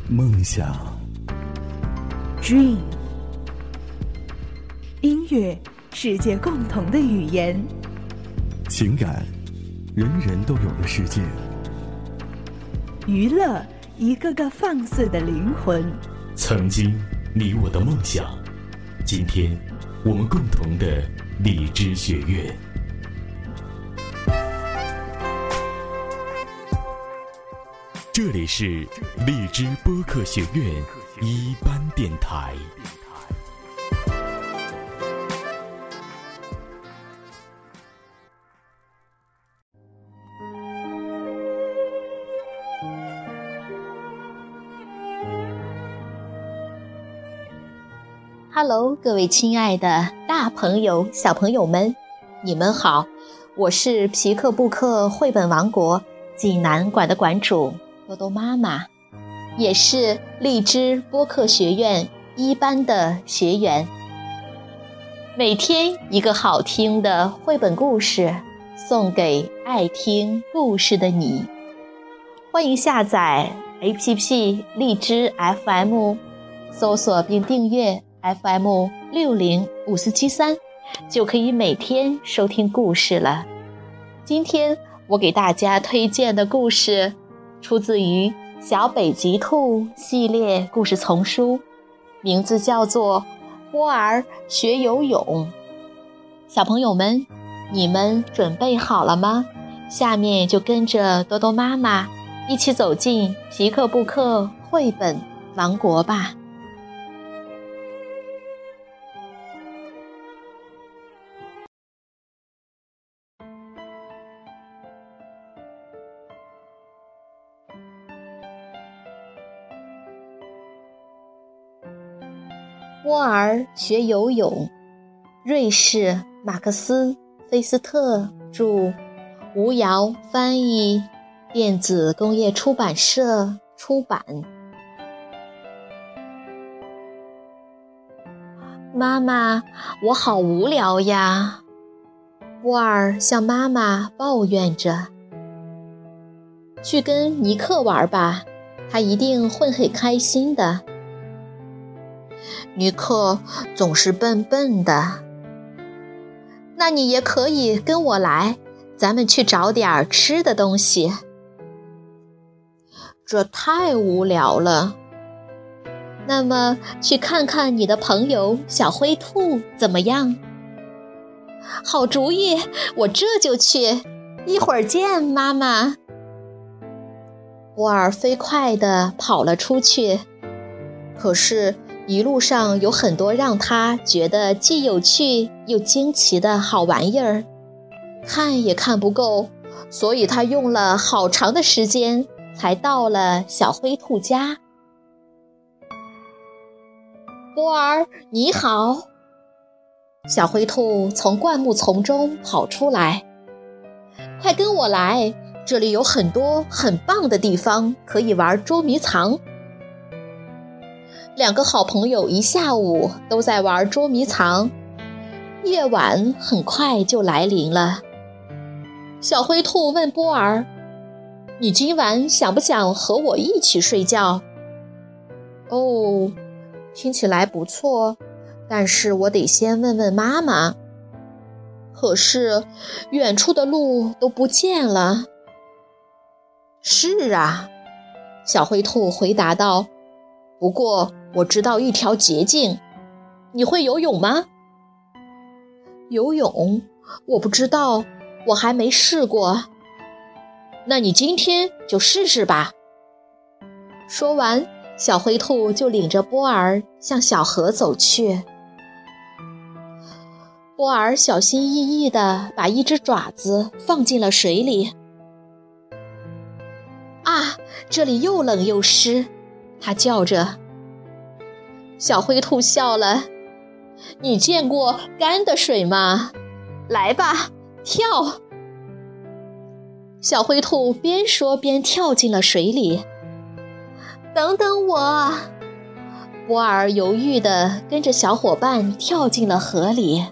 梦想 Dream。 音乐，世界共同的语言； 情感，人人都有的世界； 娱乐，一个个放肆的灵魂。 曾经你我的梦想，今天我们共同的荔枝学院。这里是荔枝播客学院一班电台。 Hello， 各位亲爱的大朋友、小朋友们，你们好！我是皮克布克绘本王国济南馆的馆主多多妈妈，也是荔枝播客学院一班的学员。每天一个好听的绘本故事，送给爱听故事的你。欢迎下载 APP 荔枝 FM， 搜索并订阅FM 605473，就可以每天收听故事了。今天我给大家推荐的故事出自于小北极兔系列故事丛书，名字叫做波儿学游泳。小朋友们，你们准备好了吗？下面就跟着多多妈妈一起走进皮克布克绘本王国吧。波儿学游泳，瑞士马克思菲斯特著，吴瑶翻译，电子工业出版社出版。妈妈，我好无聊呀！波儿向妈妈抱怨着。去跟尼克玩吧，他一定会很开心的。尼克总是笨笨的。那你也可以跟我来，咱们去找点吃的东西。这太无聊了。那么去看看你的朋友小灰兔怎么样？好主意，我这就去，一会儿见，妈妈。波儿飞快地跑了出去，可是一路上有很多让他觉得既有趣又惊奇的好玩意儿，看也看不够，所以他用了好长的时间才到了小灰兔家。波儿，你好！小灰兔从灌木丛中跑出来，快跟我来，这里有很多很棒的地方可以玩捉迷藏。两个好朋友一下午都在玩捉迷藏，夜晚很快就来临了。小灰兔问波儿：“你今晚想不想和我一起睡觉？”哦，听起来不错，但是我得先问问妈妈。可是远处的路都不见了。是啊，小灰兔回答道，不过我知道一条捷径。你会游泳吗？游泳？我不知道，我还没试过。那你今天就试试吧。说完，小灰兔就领着波儿向小河走去。波儿小心翼翼地把一只爪子放进了水里。啊，这里又冷又湿，他叫着。小灰兔笑了，你见过干的水吗？来吧，跳！小灰兔边说边跳进了水里。等等我！波儿犹豫地跟着小伙伴跳进了河里。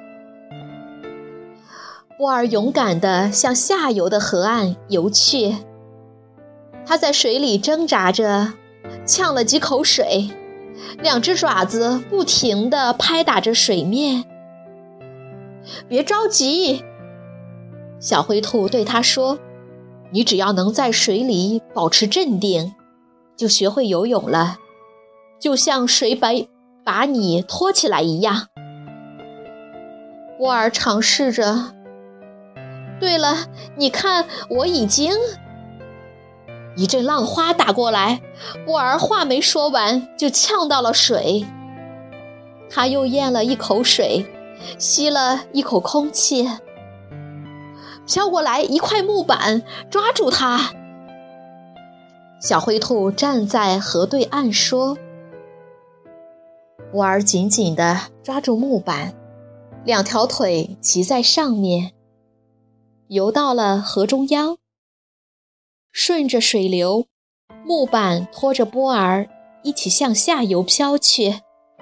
波儿勇敢地向下游的河岸游去，他在水里挣扎着， 呛了几口水，两只爪子不停地拍打着水面。别着急，小灰兔对他说，你只要能在水里保持镇定，就学会游泳了，就像水把你拖起来一样。波尔尝试着，对了，你看我已经……一阵浪花打过来，波尔话没说完就呛到了水。他又咽了一口水，吸了一口空气。飘过来一块木板，抓住它。小灰兔站在河对岸说。波尔紧紧地抓住木板，两条腿骑在上面，游到了河中央。顺着水流，木板拖着波尔一起向下游飘去。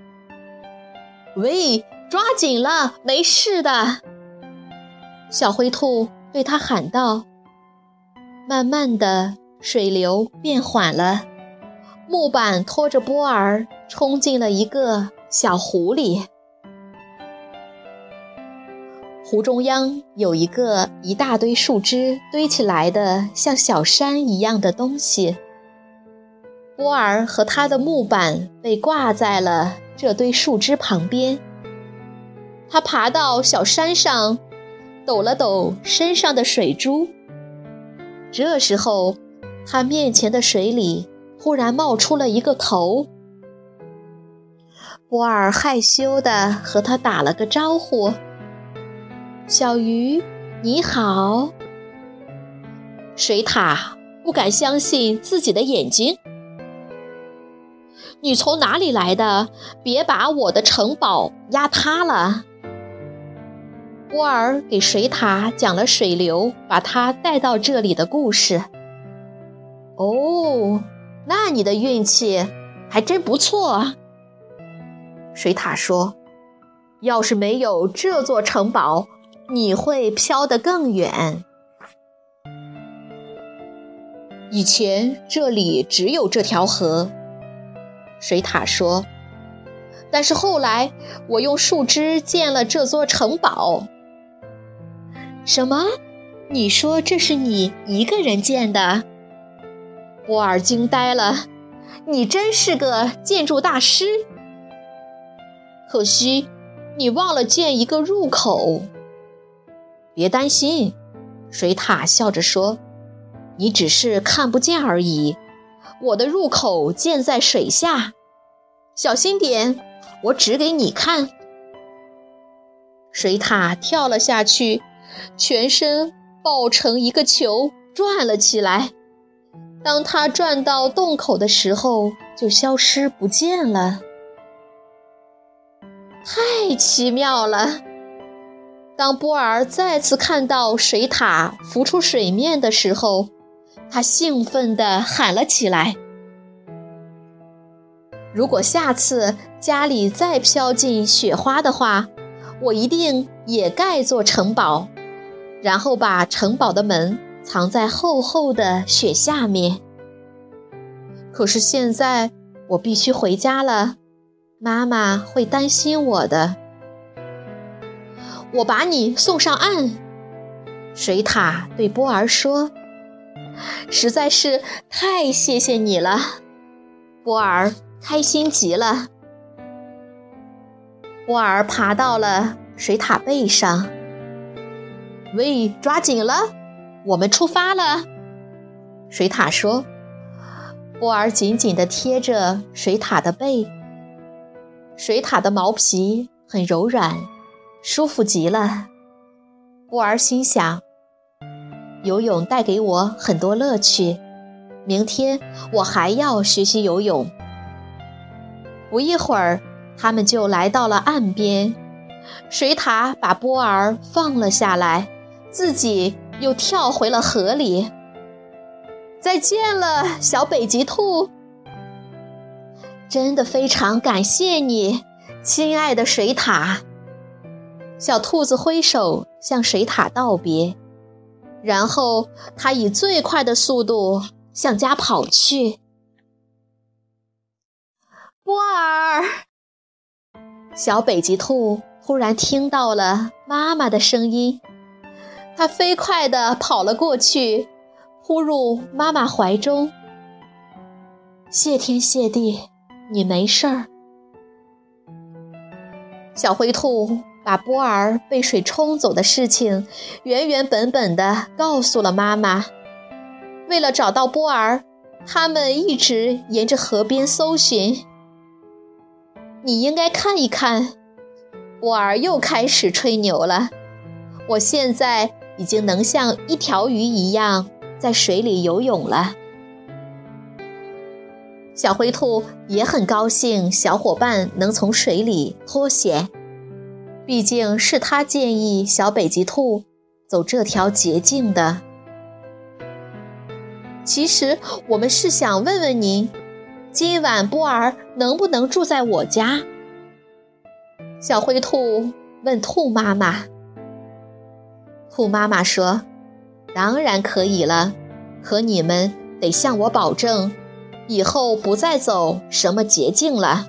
喂，抓紧了，没事的，小灰兔对他喊道。慢慢的，水流变缓了，木板拖着波尔冲进了一个小湖里。湖中央有一个一大堆树枝堆起来的像小山一样的东西，波尔和他的木板被挂在了这堆树枝旁边。他爬到小山上，抖了抖身上的水珠。这时候，他面前的水里突然冒出了一个头。波尔害羞地和他打了个招呼，小鱼，你好。水獭不敢相信自己的眼睛。你从哪里来的？别把我的城堡压塌了。波尔给水獭讲了水流把他带到这里的故事。哦，那你的运气还真不错。水獭说，要是没有这座城堡，你会飘得更远。以前这里只有这条河，水獭说，但是后来我用树枝建了这座城堡。什么？你说这是你一个人建的？波尔惊呆了，你真是个建筑大师。可惜你忘了建一个入口。别担心，水獭笑着说，你只是看不见而已，我的入口建在水下，小心点，我指给你看。水獭跳了下去，全身抱成一个球转了起来，当他转到洞口的时候就消失不见了。太奇妙了！当波尔再次看到水獭浮出水面的时候，他兴奋地喊了起来，如果下次家里再飘进雪花的话，我一定也盖座城堡，然后把城堡的门藏在厚厚的雪下面。可是现在我必须回家了，妈妈会担心我的。我把你送上岸，水獭对波尔说，实在是太谢谢你了。波尔开心极了。波尔爬到了水獭背上。喂，抓紧了，我们出发了。水獭说。波尔紧紧地贴着水獭的背。水獭的毛皮很柔软，舒服极了。波尔心想，游泳带给我很多乐趣，明天我还要学习游泳。不一会儿，他们就来到了岸边。水獭把波尔放了下来，自己又跳回了河里。再见了，小北极兔。真的非常感谢你，亲爱的水獭。小兔子挥手向水獭道别，然后它以最快的速度向家跑去。 波尔！小北极兔突然听到了妈妈的声音，它飞快地跑了过去，扑入妈妈怀中。谢天谢地，你没事儿。小灰兔把波尔被水冲走的事情原原本本地告诉了妈妈。为了找到波尔，他们一直沿着河边搜寻。你应该看一看，波尔又开始吹牛了。我现在已经能像一条鱼一样在水里游泳了。小灰兔也很高兴小伙伴能从水里脱险，毕竟是他建议小北极兔走这条捷径的。其实我们是想问问您，今晚波尔能不能住在我家？小灰兔问兔妈妈。兔妈妈说，当然可以了，可你们得向我保证，以后不再走什么捷径了。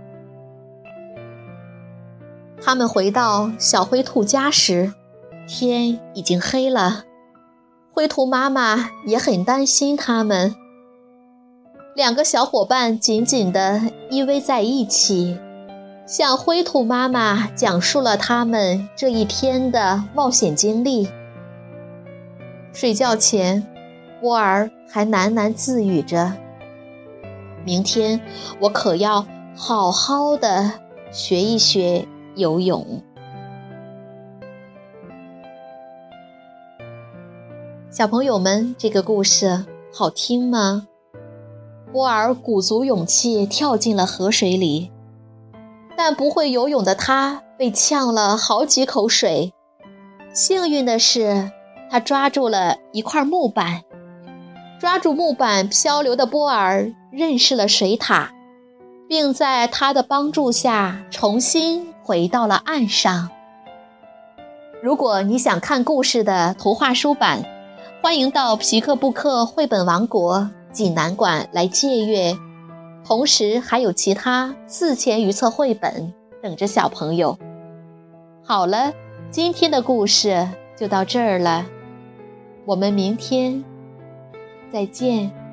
他们回到小灰兔家时，天已经黑了。灰兔妈妈也很担心他们。两个小伙伴紧紧地依偎在一起，向灰兔妈妈讲述了他们这一天的冒险经历。睡觉前，波尔还喃喃自语着，明天我可要好好的学一学游泳。小朋友们，这个故事好听吗？波尔鼓足勇气跳进了河水里，但不会游泳的他被呛了好几口水。幸运的是，他抓住了一块木板。抓住木板漂流的波尔认识了水獭，并在他的帮助下重新回到了岸上。如果你想看故事的图画书版，欢迎到皮克布克绘本王国济南馆来借阅，同时还有其他4000余册绘本等着小朋友。好了，今天的故事就到这儿了，我们明天再见。